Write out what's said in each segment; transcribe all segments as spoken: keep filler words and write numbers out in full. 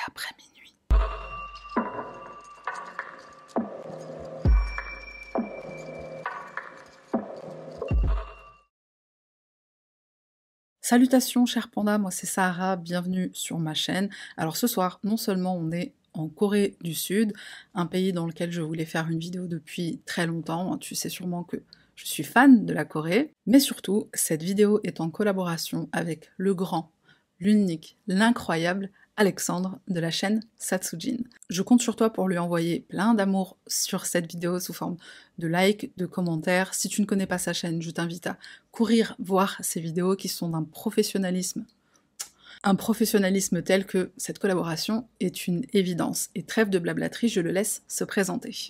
après minuit. Salutations chers pandas, moi c'est Sahara, bienvenue sur ma chaîne. Alors ce soir, non seulement on est en Corée du Sud, un pays dans lequel je voulais faire une vidéo depuis très longtemps, tu sais sûrement que je suis fan de la Corée, mais surtout, cette vidéo est en collaboration avec le grand, l'unique, l'incroyable Alexandre de la chaîne Satsujin. Je compte sur toi pour lui envoyer plein d'amour sur cette vidéo sous forme de likes, de commentaires. Si tu ne connais pas sa chaîne, je t'invite à courir voir ses vidéos qui sont d'un professionnalisme. Un professionnalisme tel que cette collaboration est une évidence. Et trêve de blablaterie, je le laisse se présenter.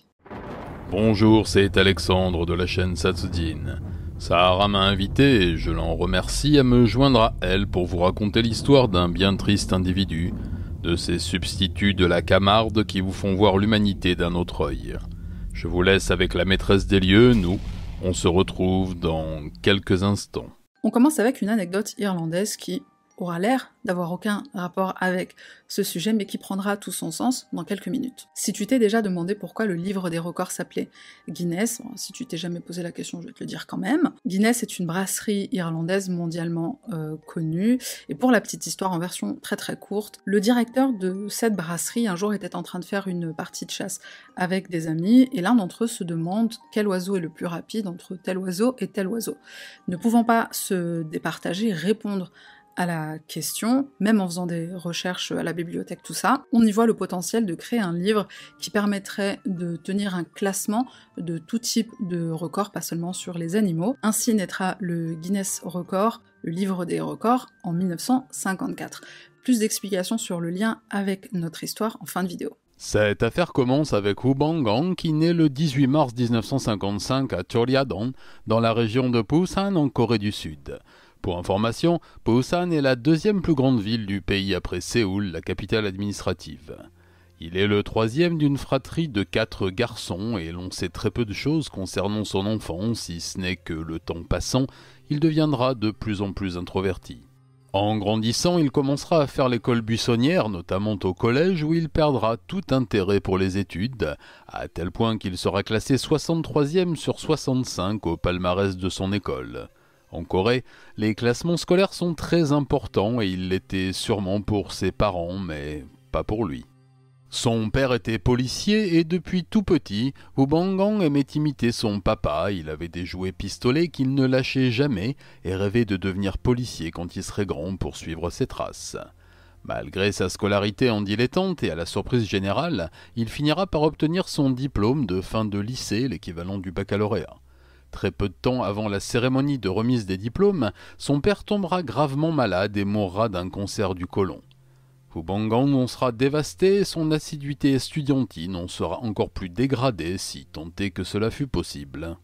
Bonjour, c'est Alexandre de la chaîne Satsujin. Sahara m'a invité et je l'en remercie à me joindre à elle pour vous raconter l'histoire d'un bien triste individu, de ces substituts de la Camarde qui vous font voir l'humanité d'un autre œil. Je vous laisse avec la maîtresse des lieux, nous, on se retrouve dans quelques instants. On commence avec une anecdote irlandaise qui aura l'air d'avoir aucun rapport avec ce sujet, mais qui prendra tout son sens dans quelques minutes. Si tu t'es déjà demandé pourquoi le livre des records s'appelait Guinness, bon, si tu t'es jamais posé la question, je vais te le dire quand même. Guinness est une brasserie irlandaise mondialement euh, connue, et pour la petite histoire en version très très courte, le directeur de cette brasserie un jour était en train de faire une partie de chasse avec des amis, et l'un d'entre eux se demande quel oiseau est le plus rapide entre tel oiseau et tel oiseau. Ne pouvant pas se départager, répondre à la question, même en faisant des recherches à la bibliothèque, tout ça, on y voit le potentiel de créer un livre qui permettrait de tenir un classement de tout type de records, pas seulement sur les animaux. Ainsi naîtra le Guinness Record, le livre des records, en mille neuf cent cinquante-quatre. Plus d'explications sur le lien avec notre histoire en fin de vidéo. Cette affaire commence avec Woo Bang-gang qui naît le dix-huit mars mille neuf cent cinquante-cinq à Cheoljadong, dans la région de Busan en Corée du Sud. Pour information, Busan est la deuxième plus grande ville du pays après Séoul, la capitale administrative. Il est le troisième d'une fratrie de quatre garçons et l'on sait très peu de choses concernant son enfance, si ce n'est que le temps passant, il deviendra de plus en plus introverti. En grandissant, il commencera à faire l'école buissonnière, notamment au collège, où il perdra tout intérêt pour les études, à tel point qu'il sera classé soixante-troisième sur soixante-cinq au palmarès de son école. En Corée, les classements scolaires sont très importants et il l'était sûrement pour ses parents, mais pas pour lui. Son père était policier et depuis tout petit, Woo Bang-gang aimait imiter son papa. Il avait des jouets pistolets qu'il ne lâchait jamais et rêvait de devenir policier quand il serait grand pour suivre ses traces. Malgré sa scolarité en dilettante et à la surprise générale, il finira par obtenir son diplôme de fin de lycée, l'équivalent du baccalauréat. Très peu de temps avant la cérémonie de remise des diplômes, son père tombera gravement malade et mourra d'un cancer du côlon. Woo Bang-gang en sera dévasté et son assiduité estudiantine en sera encore plus dégradée si tant est que cela fût possible.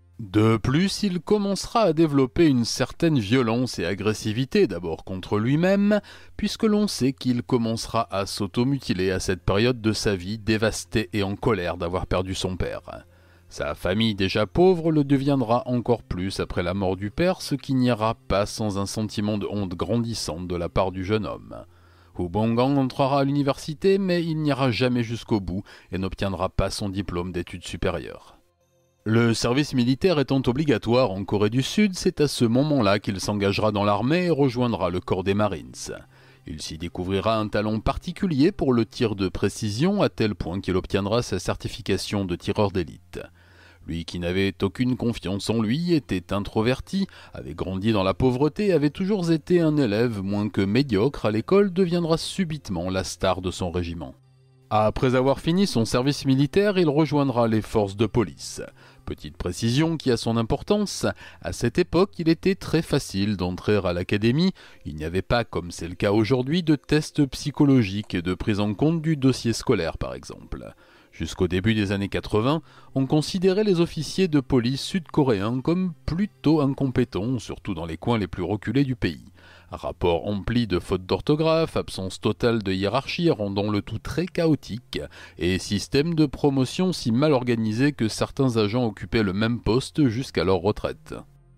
De plus, il commencera à développer une certaine violence et agressivité d'abord contre lui-même, puisque l'on sait qu'il commencera à s'automutiler à cette période de sa vie dévasté et en colère d'avoir perdu son père. Sa famille déjà pauvre le deviendra encore plus après la mort du père, ce qui n'ira pas sans un sentiment de honte grandissante de la part du jeune homme. Woo Bang-gang entrera à l'université, mais il n'ira jamais jusqu'au bout et n'obtiendra pas son diplôme d'études supérieures. Le service militaire étant obligatoire en Corée du Sud, c'est à ce moment-là qu'il s'engagera dans l'armée et rejoindra le corps des Marines. Il s'y découvrira un talent particulier pour le tir de précision, à tel point qu'il obtiendra sa certification de tireur d'élite. Lui qui n'avait aucune confiance en lui, était introverti, avait grandi dans la pauvreté et avait toujours été un élève moins que médiocre à l'école, deviendra subitement la star de son régiment. Après avoir fini son service militaire, il rejoindra les forces de police. Petite précision qui a son importance, à cette époque il était très facile d'entrer à l'académie, il n'y avait pas, comme c'est le cas aujourd'hui, de tests psychologiques et de prise en compte du dossier scolaire par exemple. Jusqu'au début des années quatre-vingts, on considérait les officiers de police sud-coréens comme plutôt incompétents, surtout dans les coins les plus reculés du pays. Rapport empli de fautes d'orthographe, absence totale de hiérarchie rendant le tout très chaotique, et système de promotion si mal organisé que certains agents occupaient le même poste jusqu'à leur retraite.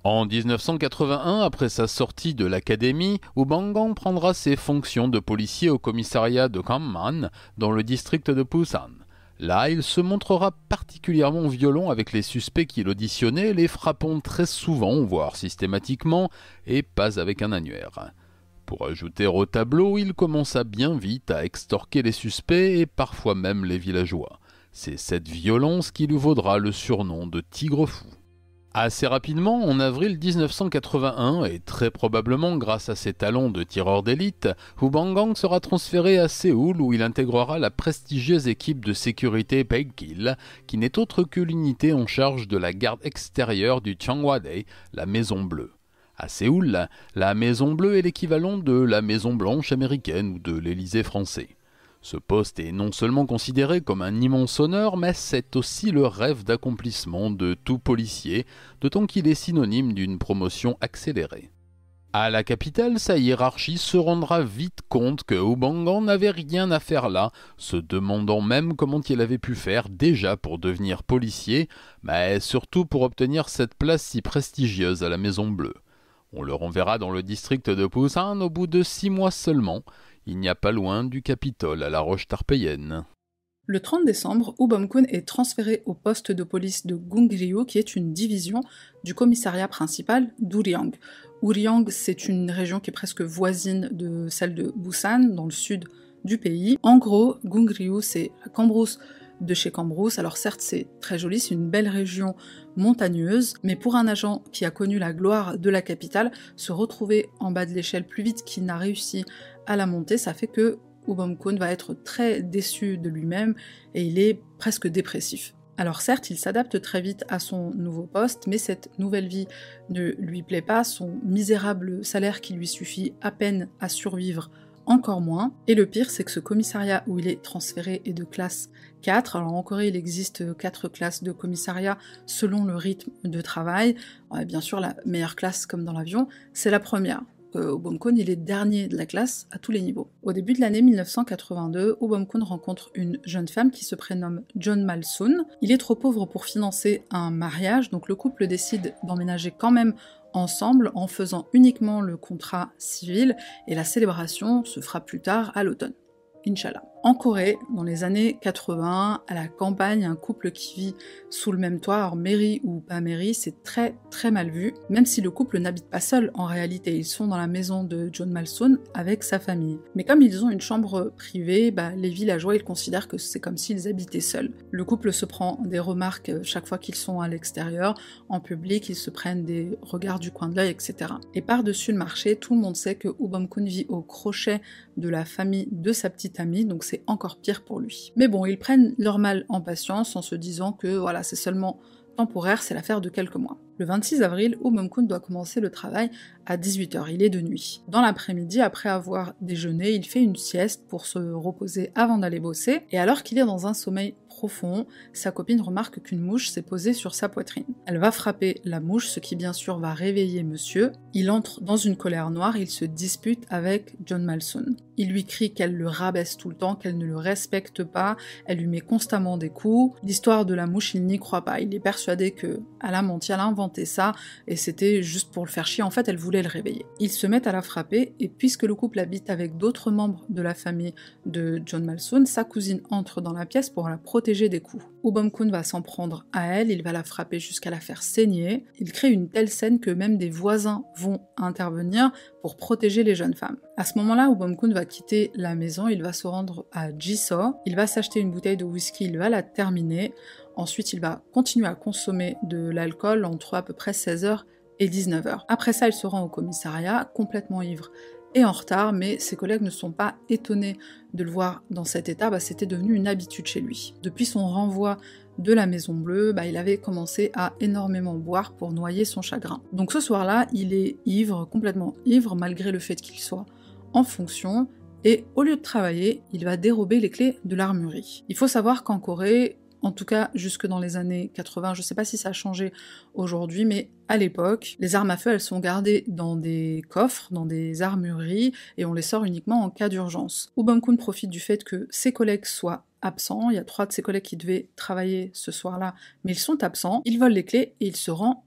En dix-neuf cent quatre-vingt-un, après sa sortie de l'académie, Woo Bang-gong prendra ses fonctions de policier au commissariat de Gangman, dans le district de Busan. Là, il se montrera particulièrement violent avec les suspects qu'il auditionnait, les frappant très souvent, voire systématiquement, et pas avec un annuaire. Pour ajouter au tableau, il commença bien vite à extorquer les suspects et parfois même les villageois. C'est cette violence qui lui vaudra le surnom de Tigre fou. Assez rapidement, en avril dix-neuf cent quatre-vingt-un, et très probablement grâce à ses talents de tireur d'élite, Woo Bang-gong sera transféré à Séoul où il intégrera la prestigieuse équipe de sécurité Baekgil, qui n'est autre que l'unité en charge de la garde extérieure du Cheongwadae, la Maison Bleue. À Séoul, la Maison Bleue est l'équivalent de la Maison Blanche américaine ou de l'Élysée français. Ce poste est non seulement considéré comme un immense honneur, mais c'est aussi le rêve d'accomplissement de tout policier, d'autant qu'il est synonyme d'une promotion accélérée. À la capitale, sa hiérarchie se rendra vite compte que Woo Bang-gong n'avait rien à faire là, se demandant même comment il avait pu faire déjà pour devenir policier, mais surtout pour obtenir cette place si prestigieuse à la Maison Bleue. On le renverra dans le district de Busan au bout de six mois seulement. Il n'y a pas loin du Capitole à la Roche-Tarpéienne. Le trente décembre, Woo Bum-kun est transféré au poste de police de Gungryu, qui est une division du commissariat principal d'Uriang. Uriang, c'est une région qui est presque voisine de celle de Busan, dans le sud du pays. En gros, Gungryu, c'est la Cambrousse de chez Cambrousse. Alors certes, c'est très joli, c'est une belle région montagneuse, mais pour un agent qui a connu la gloire de la capitale, se retrouver en bas de l'échelle plus vite qu'il n'a réussi à la monter, ça fait que Woo Bum-kun va être très déçu de lui-même et il est presque dépressif. Alors certes, il s'adapte très vite à son nouveau poste, mais cette nouvelle vie ne lui plaît pas, son misérable salaire qui lui suffit à peine à survivre encore moins. Et le pire, c'est que ce commissariat où il est transféré est de classe quatre. Alors en Corée, il existe quatre classes de commissariat selon le rythme de travail. Alors, bien sûr, la meilleure classe, comme dans l'avion, c'est la première. Woo Bum-kun, il est dernier de la classe à tous les niveaux. Au début de l'année mille neuf cent quatre-vingt-deux, Woo Bum-kun rencontre une jeune femme qui se prénomme Jeon Mal-soon. Il est trop pauvre pour financer un mariage, donc le couple décide d'emménager quand même ensemble en faisant uniquement le contrat civil, et la célébration se fera plus tard à l'automne. Inch'Allah. En Corée, dans les années quatre-vingts, à la campagne, un couple qui vit sous le même toit, alors mairie ou pas mairie, c'est très très mal vu, même si le couple n'habite pas seul en réalité, ils sont dans la maison de Jeon Mal-soon avec sa famille. Mais comme ils ont une chambre privée, bah, les villageois ils considèrent que c'est comme s'ils habitaient seuls. Le couple se prend des remarques chaque fois qu'ils sont à l'extérieur, en public, ils se prennent des regards du coin de l'œil, et cetera. Et par-dessus le marché, tout le monde sait que Woo Bum-kun vit au crochet de la famille de sa petite amie, donc c'est encore pire pour lui. Mais bon, ils prennent leur mal en patience en se disant que voilà, c'est seulement temporaire, c'est l'affaire de quelques mois. Le vingt-six avril, Woo Bum-kun doit commencer le travail à dix-huit heures, il est de nuit. Dans l'après-midi, après avoir déjeuné, il fait une sieste pour se reposer avant d'aller bosser, et alors qu'il est dans un sommeil profond, sa copine remarque qu'une mouche s'est posée sur sa poitrine. Elle va frapper la mouche, ce qui bien sûr va réveiller monsieur. Il entre dans une colère noire, il se dispute avec Jeon Mal-soon. Il lui crie qu'elle le rabaisse tout le temps, qu'elle ne le respecte pas, elle lui met constamment des coups. L'histoire de la mouche, il n'y croit pas, il est persuadé qu'elle a menti, elle a inventé ça, et c'était juste pour le faire chier, en fait elle voulait le réveiller. Ils se mettent à la frapper, et puisque le couple habite avec d'autres membres de la famille de Jeon Mal-soon, sa cousine entre dans la pièce pour la protéger des coups. Woo Bum-kun va s'en prendre à elle, il va la frapper jusqu'à la faire saigner. Il crée une telle scène que même des voisins vont intervenir pour protéger les jeunes femmes. À ce moment-là, Woo Bum-kun va quitter la maison, il va se rendre à Jisoo, il va s'acheter une bouteille de whisky, il va la terminer. Ensuite, il va continuer à consommer de l'alcool entre à peu près seize heures et dix-neuf heures. Après ça, il se rend au commissariat, complètement ivre et en retard, mais ses collègues ne sont pas étonnés de le voir dans cet état, bah, c'était devenu une habitude chez lui. Depuis son renvoi de la Maison Bleue, bah, il avait commencé à énormément boire pour noyer son chagrin. Donc ce soir-là, il est ivre, complètement ivre, malgré le fait qu'il soit en fonction, et au lieu de travailler, il va dérober les clés de l'armurerie. Il faut savoir qu'en Corée, en tout cas jusque dans les années quatre-vingts, je sais pas si ça a changé aujourd'hui, mais à l'époque, les armes à feu, elles sont gardées dans des coffres, dans des armureries, et on les sort uniquement en cas d'urgence. Woo Bum-kun profite du fait que ses collègues soient absents, il y a trois de ses collègues qui devaient travailler ce soir-là, mais ils sont absents, il vole les clés et il se rend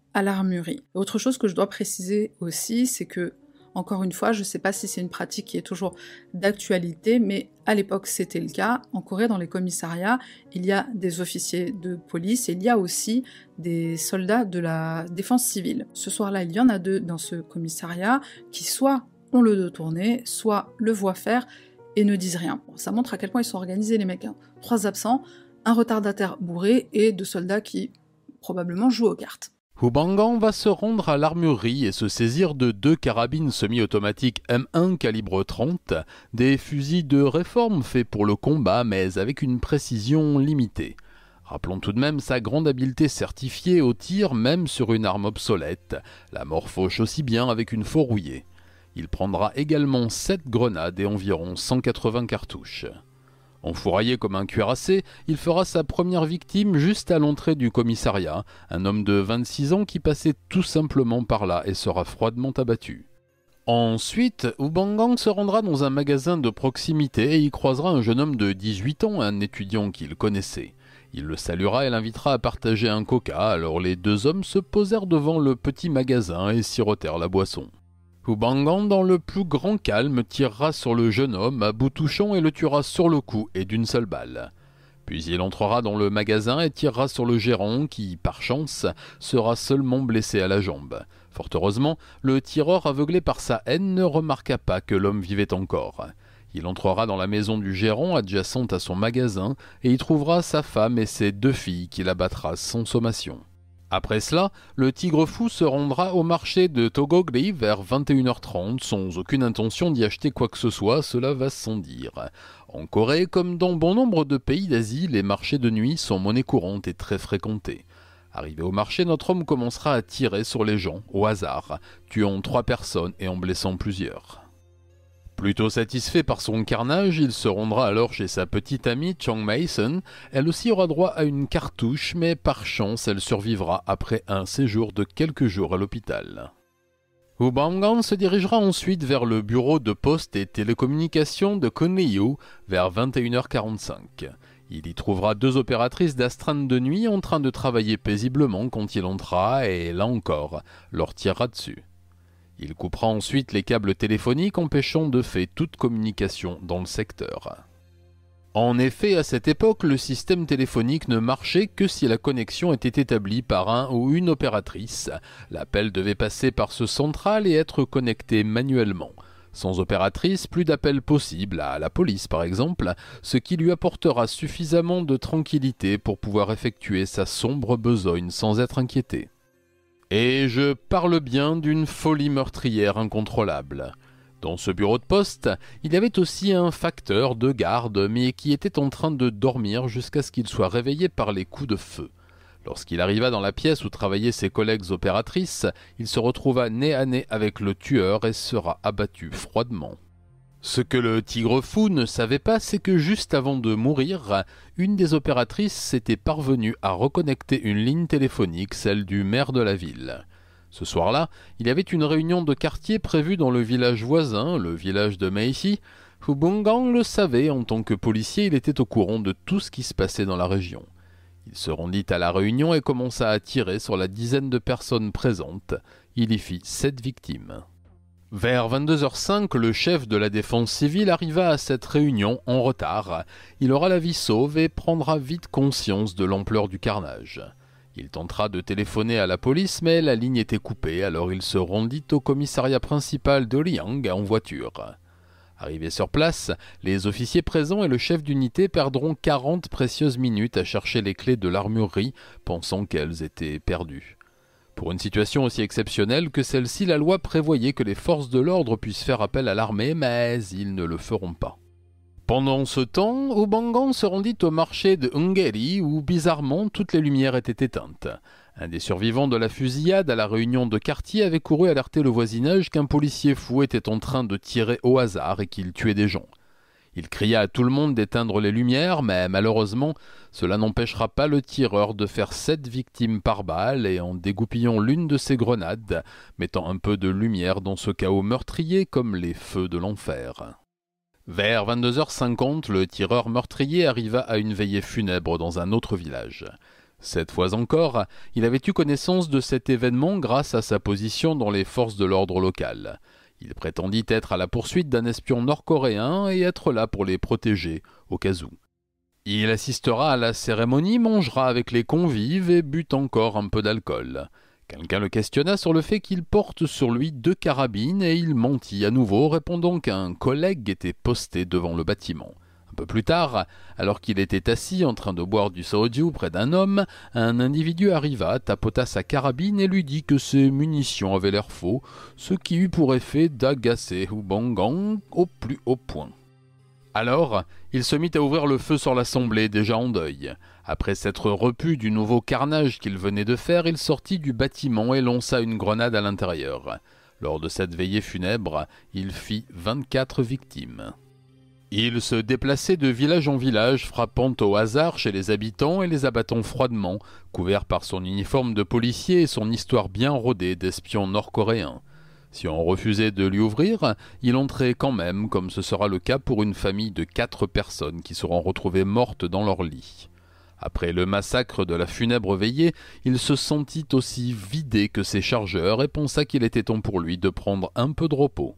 à l'armurerie. Autre chose que je dois préciser aussi, c'est que, encore une fois, je ne sais pas si c'est une pratique qui est toujours d'actualité, mais à l'époque c'était le cas. En Corée, dans les commissariats, il y a des officiers de police et il y a aussi des soldats de la défense civile. Ce soir-là, il y en a deux dans ce commissariat qui soit ont le dos tourné, soit le voient faire et ne disent rien. Bon, ça montre à quel point ils sont organisés les mecs. Hein. Trois absents, un retardataire bourré et deux soldats qui probablement jouent aux cartes. Hu Banggang va se rendre à l'armurerie et se saisir de deux carabines semi-automatiques M un calibre trente, des fusils de réforme faits pour le combat mais avec une précision limitée. Rappelons tout de même sa grande habileté certifiée au tir même sur une arme obsolète, la mort fauche aussi bien avec une faux rouillée. Il prendra également sept grenades et environ cent quatre-vingts cartouches. Enfouraillé comme un cuirassé, il fera sa première victime juste à l'entrée du commissariat, un homme de vingt-six ans qui passait tout simplement par là et sera froidement abattu. Ensuite, Hu Banggang se rendra dans un magasin de proximité et y croisera un jeune homme de dix-huit ans, un étudiant qu'il connaissait. Il le saluera et l'invitera à partager un coca, alors les deux hommes se posèrent devant le petit magasin et sirotèrent la boisson. Hu Banggang, dans le plus grand calme, tirera sur le jeune homme à bout touchant et le tuera sur le coup et d'une seule balle. Puis il entrera dans le magasin et tirera sur le gérant qui, par chance, sera seulement blessé à la jambe. Fort heureusement, le tireur aveuglé par sa haine ne remarqua pas que l'homme vivait encore. Il entrera dans la maison du gérant adjacente à son magasin et y trouvera sa femme et ses deux filles qu'il abattra sans sommation. Après cela, le tigre fou se rendra au marché de Togogri vers vingt et une heures trente sans aucune intention d'y acheter quoi que ce soit, cela va sans dire. En Corée, comme dans bon nombre de pays d'Asie, les marchés de nuit sont monnaie courante et très fréquentés. Arrivé au marché, notre homme commencera à tirer sur les gens, au hasard, tuant trois personnes et en blessant plusieurs. Plutôt satisfait par son carnage, il se rendra alors chez sa petite amie Chong Mason. Elle aussi aura droit à une cartouche, mais par chance, elle survivra après un séjour de quelques jours à l'hôpital. Hu Banggang se dirigera ensuite vers le bureau de poste et télécommunications de Kunliu vers vingt et une heures quarante-cinq. Il y trouvera deux opératrices d'astreinte de nuit en train de travailler paisiblement quand il entra et, là encore, leur tirera dessus. Il coupera ensuite les câbles téléphoniques empêchant de fait toute communication dans le secteur. En effet, à cette époque, le système téléphonique ne marchait que si la connexion était établie par un ou une opératrice. L'appel devait passer par ce central et être connecté manuellement. Sans opératrice, plus d'appels possibles, à la police par exemple, ce qui lui apportera suffisamment de tranquillité pour pouvoir effectuer sa sombre besogne sans être inquiété. Et je parle bien d'une folie meurtrière incontrôlable. Dans ce bureau de poste, il y avait aussi un facteur de garde, mais qui était en train de dormir jusqu'à ce qu'il soit réveillé par les coups de feu. Lorsqu'il arriva dans la pièce où travaillaient ses collègues opératrices, il se retrouva nez à nez avec le tueur et sera abattu froidement. Ce que le tigre fou ne savait pas, c'est que juste avant de mourir, une des opératrices s'était parvenue à reconnecter une ligne téléphonique, celle du maire de la ville. Ce soir-là, il y avait une réunion de quartier prévue dans le village voisin, le village de Meishi. Hu Banggang le savait, en tant que policier, il était au courant de tout ce qui se passait dans la région. Il se rendit à la réunion et commença à tirer sur la dizaine de personnes présentes. Il y fit sept victimes. Vers vingt-deux heures cinq, le chef de la défense civile arriva à cette réunion en retard. Il aura la vie sauve et prendra vite conscience de l'ampleur du carnage. Il tentera de téléphoner à la police, mais la ligne était coupée, alors il se rendit au commissariat principal de Liang en voiture. Arrivés sur place, les officiers présents et le chef d'unité perdront quarante précieuses minutes à chercher les clés de l'armurerie, pensant qu'elles étaient perdues. Pour une situation aussi exceptionnelle que celle-ci, la loi prévoyait que les forces de l'ordre puissent faire appel à l'armée, mais ils ne le feront pas. Pendant ce temps, Hu Banggang se rendit au marché de Hungary où, bizarrement, toutes les lumières étaient éteintes. Un des survivants de la fusillade à la réunion de quartier avait couru alerter le voisinage qu'un policier fou était en train de tirer au hasard et qu'il tuait des gens. Il cria à tout le monde d'éteindre les lumières, mais malheureusement, cela n'empêchera pas le tireur de faire sept victimes par balle et en dégoupillant l'une de ses grenades, mettant un peu de lumière dans ce chaos meurtrier comme les feux de l'enfer. Vers vingt-deux heures cinquante, le tireur meurtrier arriva à une veillée funèbre dans un autre village. Cette fois encore, il avait eu connaissance de cet événement grâce à sa position dans les forces de l'ordre locales. Il prétendit être à la poursuite d'un espion nord-coréen et être là pour les protéger, au cas où. Il assistera à la cérémonie, mangera avec les convives et but encore un peu d'alcool. Quelqu'un le questionna sur le fait qu'il porte sur lui deux carabines et il mentit à nouveau, répondant qu'un collègue était posté devant le bâtiment. Un peu plus tard, alors qu'il était assis en train de boire du soju près d'un homme, un individu arriva, tapota sa carabine et lui dit que ses munitions avaient l'air faux, ce qui eut pour effet d'agacer Hu Banggang au plus haut point. Alors, il se mit à ouvrir le feu sur l'assemblée, déjà en deuil. Après s'être repu du nouveau carnage qu'il venait de faire, il sortit du bâtiment et lança une grenade à l'intérieur. Lors de cette veillée funèbre, il fit vingt-quatre victimes. Il se déplaçait de village en village, frappant au hasard chez les habitants et les abattant froidement, couvert par son uniforme de policier et son histoire bien rodée d'espion nord-coréen. Si on refusait de lui ouvrir, il entrait quand même, comme ce sera le cas pour une famille de quatre personnes qui seront retrouvées mortes dans leur lit. Après le massacre de la funèbre veillée, il se sentit aussi vidé que ses chargeurs et pensa qu'il était temps pour lui de prendre un peu de repos.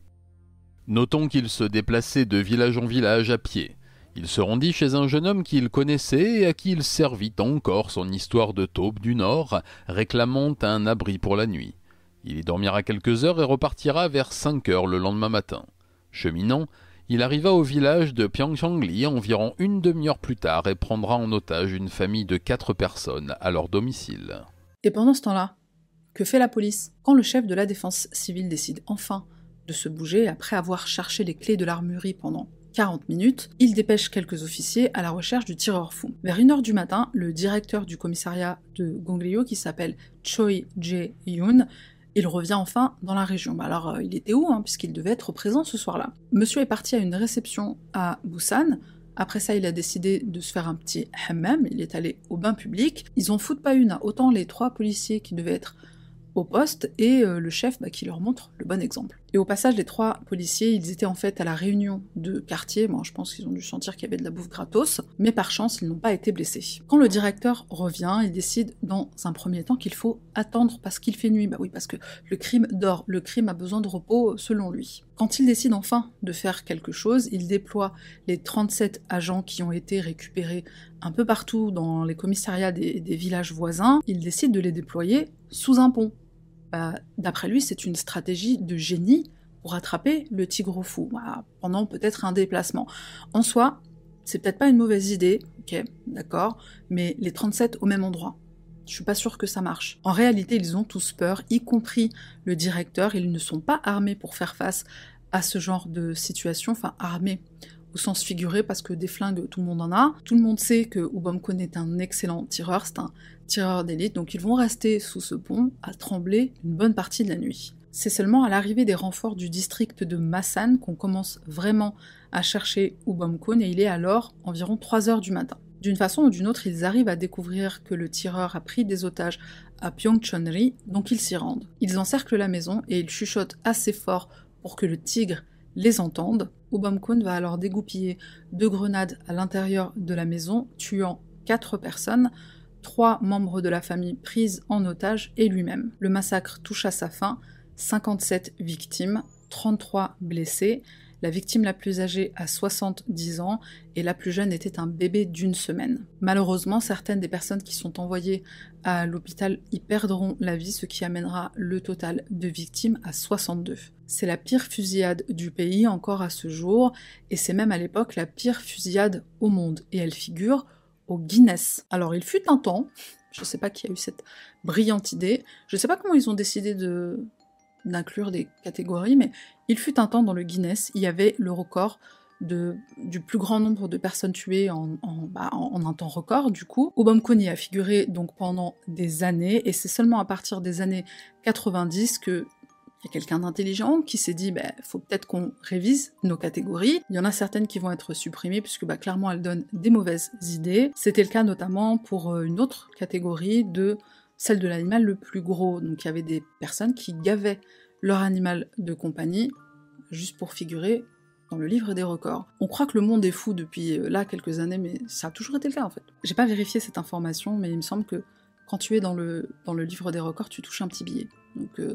Notons qu'il se déplaçait de village en village à pied. Il se rendit chez un jeune homme qu'il connaissait et à qui il servit encore son histoire de taupe du Nord, réclamant un abri pour la nuit. Il y dormira quelques heures et repartira vers cinq heures le lendemain matin. Cheminant, il arriva au village de Pyeongchangli environ une demi-heure plus tard et prendra en otage une famille de quatre personnes à leur domicile. Et pendant ce temps-là, que fait la police? Quand le chef de la défense civile décide enfin de se bouger, après avoir cherché les clés de l'armurerie pendant quarante minutes, il dépêche quelques officiers à la recherche du tireur fou. Vers une heure du matin, le directeur du commissariat de Gonglyo, qui s'appelle Choi Jae-yoon, il revient enfin dans la région. Bah alors, euh, il était où, hein, puisqu'il devait être présent ce soir-là. Monsieur est parti à une réception à Busan. Après ça, il a décidé de se faire un petit hammam, il est allé au bain public. Ils en foutent pas une, hein. Autant les trois policiers qui devaient être au poste, et euh, le chef bah, qui leur montre le bon exemple. Et au passage, les trois policiers, ils étaient en fait à la réunion de quartier, bon, je pense qu'ils ont dû sentir qu'il y avait de la bouffe gratos, mais par chance, ils n'ont pas été blessés. Quand le directeur revient, il décide dans un premier temps qu'il faut attendre parce qu'il fait nuit, bah oui, parce que le crime dort, le crime a besoin de repos selon lui. Quand il décide enfin de faire quelque chose, il déploie les trente-sept agents qui ont été récupérés un peu partout dans les commissariats des, des villages voisins, il décide de les déployer sous un pont. Bah, d'après lui, c'est une stratégie de génie pour attraper le tigre fou, bah, pendant peut-être un déplacement. En soi, c'est peut-être pas une mauvaise idée, ok, d'accord, mais les trente-sept au même endroit, je suis pas sûre que ça marche. En réalité, ils ont tous peur, y compris le directeur, ils ne sont pas armés pour faire face à ce genre de situation, enfin armés au sens figuré, parce que des flingues, tout le monde en a. Tout le monde sait que Hu Bang-kun est un excellent tireur, c'est un tireur d'élite, donc ils vont rester sous ce pont à trembler une bonne partie de la nuit. C'est seulement à l'arrivée des renforts du district de Masan qu'on commence vraiment à chercher Hu Bang-kun, et il est alors environ trois heures du matin. D'une façon ou d'une autre, ils arrivent à découvrir que le tireur a pris des otages à Pyeongchonri, donc ils s'y rendent. Ils encerclent la maison et ils chuchotent assez fort pour que le tigre les entende. Hu Bang-kun va alors dégoupiller deux grenades à l'intérieur de la maison, tuant quatre personnes, trois membres de la famille prises en otage et lui-même. Le massacre touche à sa fin, cinquante-sept victimes, trente-trois blessés. La victime la plus âgée a soixante-dix ans et la plus jeune était un bébé d'une semaine. Malheureusement, certaines des personnes qui sont envoyées à l'hôpital y perdront la vie, ce qui amènera le total de victimes à soixante-deux. C'est la pire fusillade du pays encore à ce jour, et c'est même à l'époque la pire fusillade au monde, et elle figure au Guinness. Alors il fut un temps, je sais pas qui a eu cette brillante idée, je sais pas comment ils ont décidé de... d'inclure des catégories, mais il fut un temps dans le Guinness, il y avait le record de, du plus grand nombre de personnes tuées en, en, bah, en, en un temps record, du coup. Hu Bang-kun y a figuré donc pendant des années, et c'est seulement à partir des années quatre-vingt-dix que il y a quelqu'un d'intelligent qui s'est dit, bah, faut peut-être qu'on révise nos catégories. Il y en a certaines qui vont être supprimées, puisque bah, clairement elles donnent des mauvaises idées. C'était le cas notamment pour une autre catégorie de celle de l'animal le plus gros. Donc il y avait des personnes qui gavaient leur animal de compagnie, juste pour figurer dans le livre des records. On croit que le monde est fou depuis là quelques années, mais ça a toujours été le cas en fait. J'ai pas vérifié cette information, mais il me semble que quand tu es dans le, dans le livre des records, tu touches un petit billet. Donc, euh...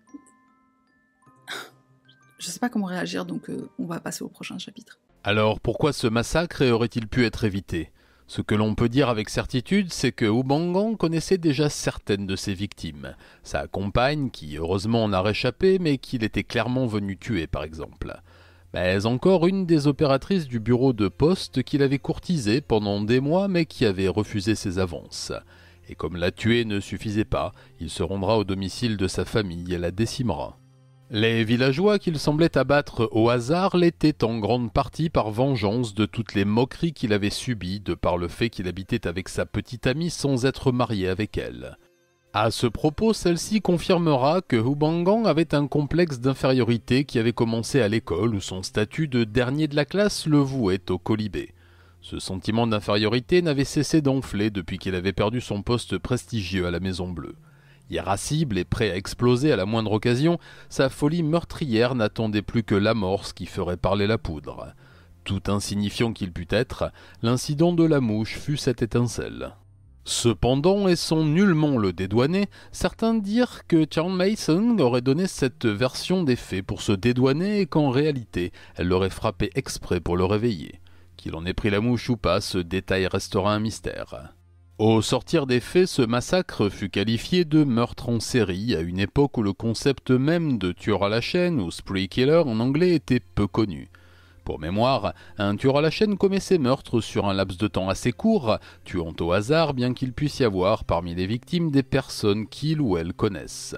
je sais pas comment réagir, donc euh, on va passer au prochain chapitre. Alors pourquoi ce massacre et aurait-il pu être évité ? Ce que l'on peut dire avec certitude, c'est que Houbangan connaissait déjà certaines de ses victimes. Sa compagne, qui heureusement en a réchappé, mais qu'il était clairement venu tuer par exemple. Mais encore une des opératrices du bureau de poste qu'il avait courtisée pendant des mois, mais qui avait refusé ses avances. Et comme la tuer ne suffisait pas, il se rendra au domicile de sa famille et la décimera. Les villageois qu'il semblait abattre au hasard l'étaient en grande partie par vengeance de toutes les moqueries qu'il avait subies de par le fait qu'il habitait avec sa petite amie sans être marié avec elle. À ce propos, celle-ci confirmera que Houbangan avait un complexe d'infériorité qui avait commencé à l'école où son statut de dernier de la classe le vouait au colibé. Ce sentiment d'infériorité n'avait cessé d'enfler depuis qu'il avait perdu son poste prestigieux à la Maison Bleue. Irascible et prêt à exploser à la moindre occasion, sa folie meurtrière n'attendait plus que l'amorce qui ferait parler la poudre. Tout insignifiant qu'il pût être, l'incident de la mouche fut cette étincelle. Cependant, et sans nullement le dédouaner, certains dirent que Charles Mason aurait donné cette version des faits pour se dédouaner et qu'en réalité, elle l'aurait frappé exprès pour le réveiller. Qu'il en ait pris la mouche ou pas, ce détail restera un mystère. Au sortir des faits, ce massacre fut qualifié de meurtre en série à une époque où le concept même de tueur à la chaîne ou spree killer en anglais était peu connu. Pour mémoire, un tueur à la chaîne commet ses meurtres sur un laps de temps assez court, tuant au hasard bien qu'il puisse y avoir parmi les victimes des personnes qu'il ou elle connaissent.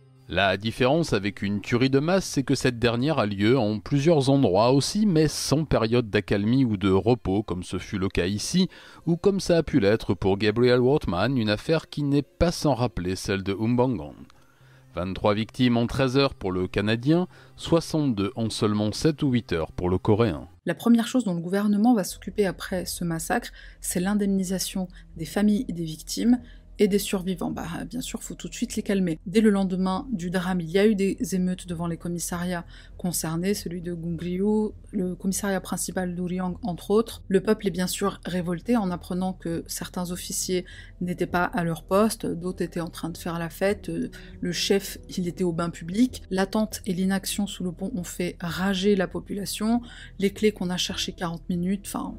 La différence avec une tuerie de masse, c'est que cette dernière a lieu en plusieurs endroits aussi, mais sans période d'accalmie ou de repos, comme ce fut le cas ici, ou comme ça a pu l'être pour Gabriel Wortman, une affaire qui n'est pas sans rappeler celle de Houbangan. vingt-trois victimes en treize heures pour le Canadien, soixante-deux en seulement sept ou huit heures pour le Coréen. La première chose dont le gouvernement va s'occuper après ce massacre, c'est l'indemnisation des familles des victimes et des survivants. Bah, bien sûr, faut tout de suite les calmer. Dès le lendemain du drame, il y a eu des émeutes devant les commissariats concernés, celui de Goonggriu, le commissariat principal d'Uriang, entre autres. Le peuple est bien sûr révolté en apprenant que certains officiers n'étaient pas à leur poste, d'autres étaient en train de faire la fête, le chef, il était au bain public. L'attente et l'inaction sous le pont ont fait rager la population, les clés qu'on a cherchées quarante minutes, enfin...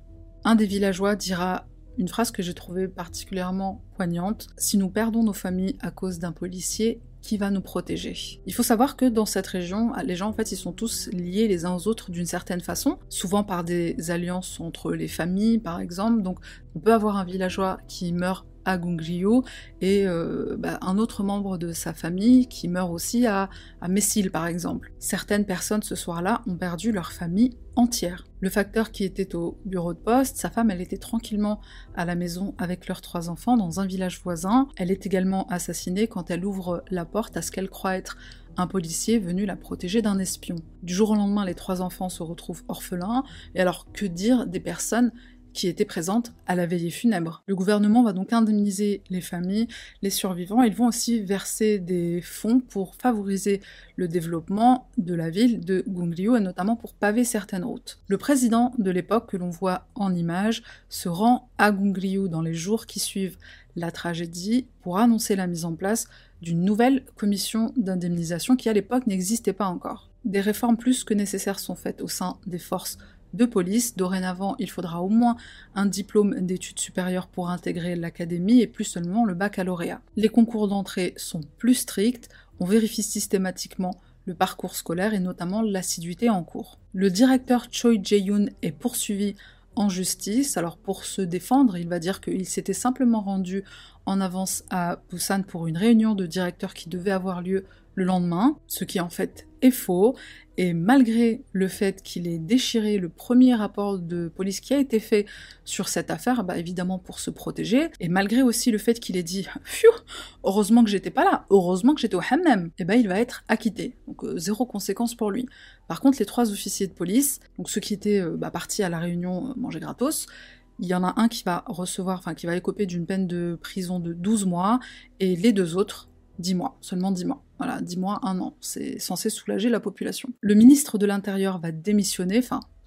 Un des villageois dira une phrase que j'ai trouvée particulièrement poignante. « Si nous perdons nos familles à cause d'un policier, qui va nous protéger ?» Il faut savoir que dans cette région, les gens en fait ils sont tous liés les uns aux autres d'une certaine façon, souvent par des alliances entre les familles par exemple, donc on peut avoir un villageois qui meurt à Goonggriu et euh, bah, un autre membre de sa famille qui meurt aussi à, à Messil par exemple. Certaines personnes ce soir-là ont perdu leur famille entière. Le facteur qui était au bureau de poste, sa femme elle était tranquillement à la maison avec leurs trois enfants dans un village voisin. Elle est également assassinée quand elle ouvre la porte à ce qu'elle croit être un policier venu la protéger d'un espion. Du jour au lendemain, les trois enfants se retrouvent orphelins, et alors que dire des personnes qui étaient présentes à la veillée funèbre. Le gouvernement va donc indemniser les familles, les survivants, ils vont aussi verser des fonds pour favoriser le développement de la ville de Goonggriu et notamment pour paver certaines routes. Le président de l'époque, que l'on voit en image, se rend à Goonggriu dans les jours qui suivent la tragédie pour annoncer la mise en place d'une nouvelle commission d'indemnisation qui à l'époque n'existait pas encore. Des réformes plus que nécessaires sont faites au sein des forces de police. Dorénavant, il faudra au moins un diplôme d'études supérieures pour intégrer l'académie et plus seulement le baccalauréat. Les concours d'entrée sont plus stricts, on vérifie systématiquement le parcours scolaire et notamment l'assiduité en cours. Le directeur Choi Jae-yoon est poursuivi en justice. Alors pour se défendre, il va dire qu'il s'était simplement rendu en avance à Busan pour une réunion de directeurs qui devait avoir lieu le lendemain, ce qui en fait est faux, et malgré le fait qu'il ait déchiré le premier rapport de police qui a été fait sur cette affaire, bah évidemment pour se protéger, et malgré aussi le fait qu'il ait dit « Pfiou, heureusement que j'étais pas là, heureusement que j'étais au hammam », et bah il va être acquitté, donc euh, zéro conséquence pour lui. Par contre, les trois officiers de police, donc ceux qui étaient euh, bah, partis à la réunion euh, manger gratos, il y en a un qui va recevoir, enfin qui va écoper d'une peine de prison de douze mois, et les deux autres, dix mois, seulement dix mois. Voilà, dix mois, un an. C'est censé soulager la population. Le ministre de l'Intérieur va démissionner, enfin,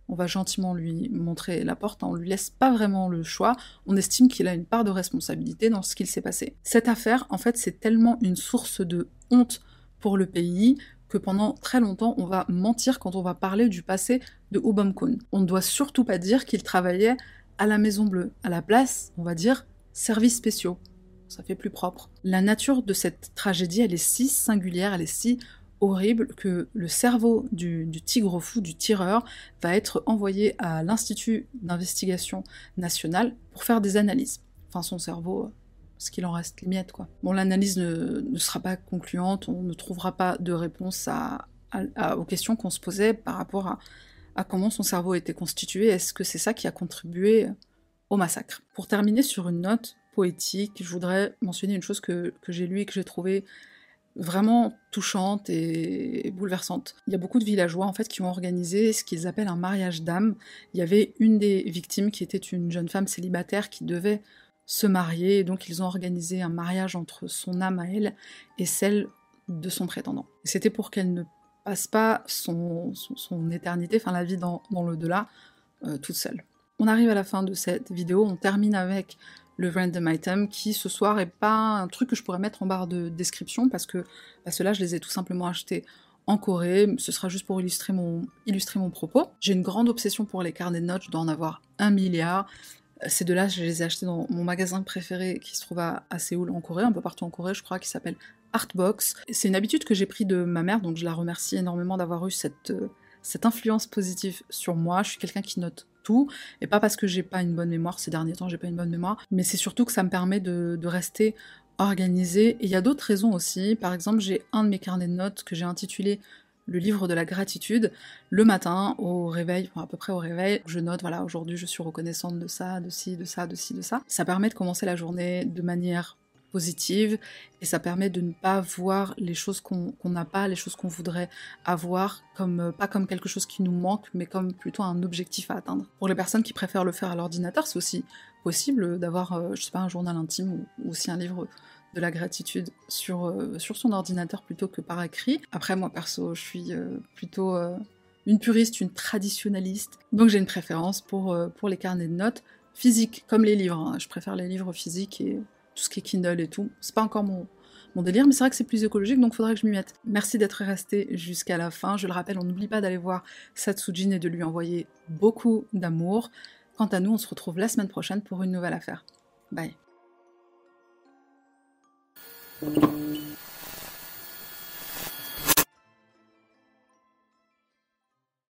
on va gentiment lui montrer la porte, hein, on lui laisse pas vraiment le choix, on estime qu'il a une part de responsabilité dans ce qu'il s'est passé. Cette affaire, en fait, c'est tellement une source de honte pour le pays que pendant très longtemps, on va mentir quand on va parler du passé de Ubomkun. On ne doit surtout pas dire qu'il travaillait à la Maison Bleue. À la place, on va dire services spéciaux. Ça fait plus propre. La nature de cette tragédie, elle est si singulière, elle est si horrible que le cerveau du, du tigre fou, du tireur, va être envoyé à l'Institut d'investigation nationale pour faire des analyses. Enfin, son cerveau, parce qu'il en reste les miettes, quoi. Bon, l'analyse ne, ne sera pas concluante, on ne trouvera pas de réponse à, à, à, aux questions qu'on se posait par rapport à, à comment son cerveau était constitué. Est-ce que c'est ça qui a contribué au massacre? Pour terminer sur une note poétique, je voudrais mentionner une chose que, que j'ai lue et que j'ai trouvée vraiment touchante et bouleversante. Il y a beaucoup de villageois en fait qui ont organisé ce qu'ils appellent un mariage d'âme. Il y avait une des victimes qui était une jeune femme célibataire qui devait se marier, et donc ils ont organisé un mariage entre son âme à elle et celle de son prétendant. C'était pour qu'elle ne passe pas son, son, son éternité, enfin la vie dans, dans l'au-delà, euh, toute seule. On arrive à la fin de cette vidéo, on termine avec le random item, qui ce soir est pas un truc que je pourrais mettre en barre de description, parce que bah, ceux-là, je les ai tout simplement achetés en Corée, ce sera juste pour illustrer mon, illustrer mon propos. J'ai une grande obsession pour les carnets de notes, je dois en avoir un milliard. Ces deux-là, je les ai achetés dans mon magasin préféré qui se trouve à, à Séoul, en Corée, un peu partout en Corée, je crois, qui s'appelle Artbox. C'est une habitude que j'ai pris de ma mère, donc je la remercie énormément d'avoir eu cette, euh, cette influence positive sur moi. Je suis quelqu'un qui note tout, et pas parce que j'ai pas une bonne mémoire, ces derniers temps j'ai pas une bonne mémoire, mais c'est surtout que ça me permet de, de rester organisée, et il y a d'autres raisons aussi. Par exemple, j'ai un de mes carnets de notes que j'ai intitulé le livre de la gratitude. Le matin, au réveil, enfin à peu près au réveil, je note, voilà, aujourd'hui je suis reconnaissante de ça, de ci, de ça, de ci, de ça. Ça permet de commencer la journée de manière positive, et ça permet de ne pas voir les choses qu'on qu'on n'a pas, les choses qu'on voudrait avoir, comme pas comme quelque chose qui nous manque, mais comme plutôt un objectif à atteindre. Pour les personnes qui préfèrent le faire à l'ordinateur, c'est aussi possible d'avoir, euh, je sais pas, un journal intime ou, ou aussi un livre de la gratitude sur, euh, sur son ordinateur plutôt que par écrit. Après, moi perso, je suis euh, plutôt euh, une puriste, une traditionnaliste, donc j'ai une préférence pour, euh, pour les carnets de notes physiques, comme les livres, hein. Je préfère les livres physiques et tout ce qui est Kindle et tout. C'est pas encore mon, mon délire, mais c'est vrai que c'est plus écologique, donc faudrait que je m'y mette. Merci d'être resté jusqu'à la fin. Je le rappelle, on n'oublie pas d'aller voir Satsujin et de lui envoyer beaucoup d'amour. Quant à nous, on se retrouve la semaine prochaine pour une nouvelle affaire. Bye.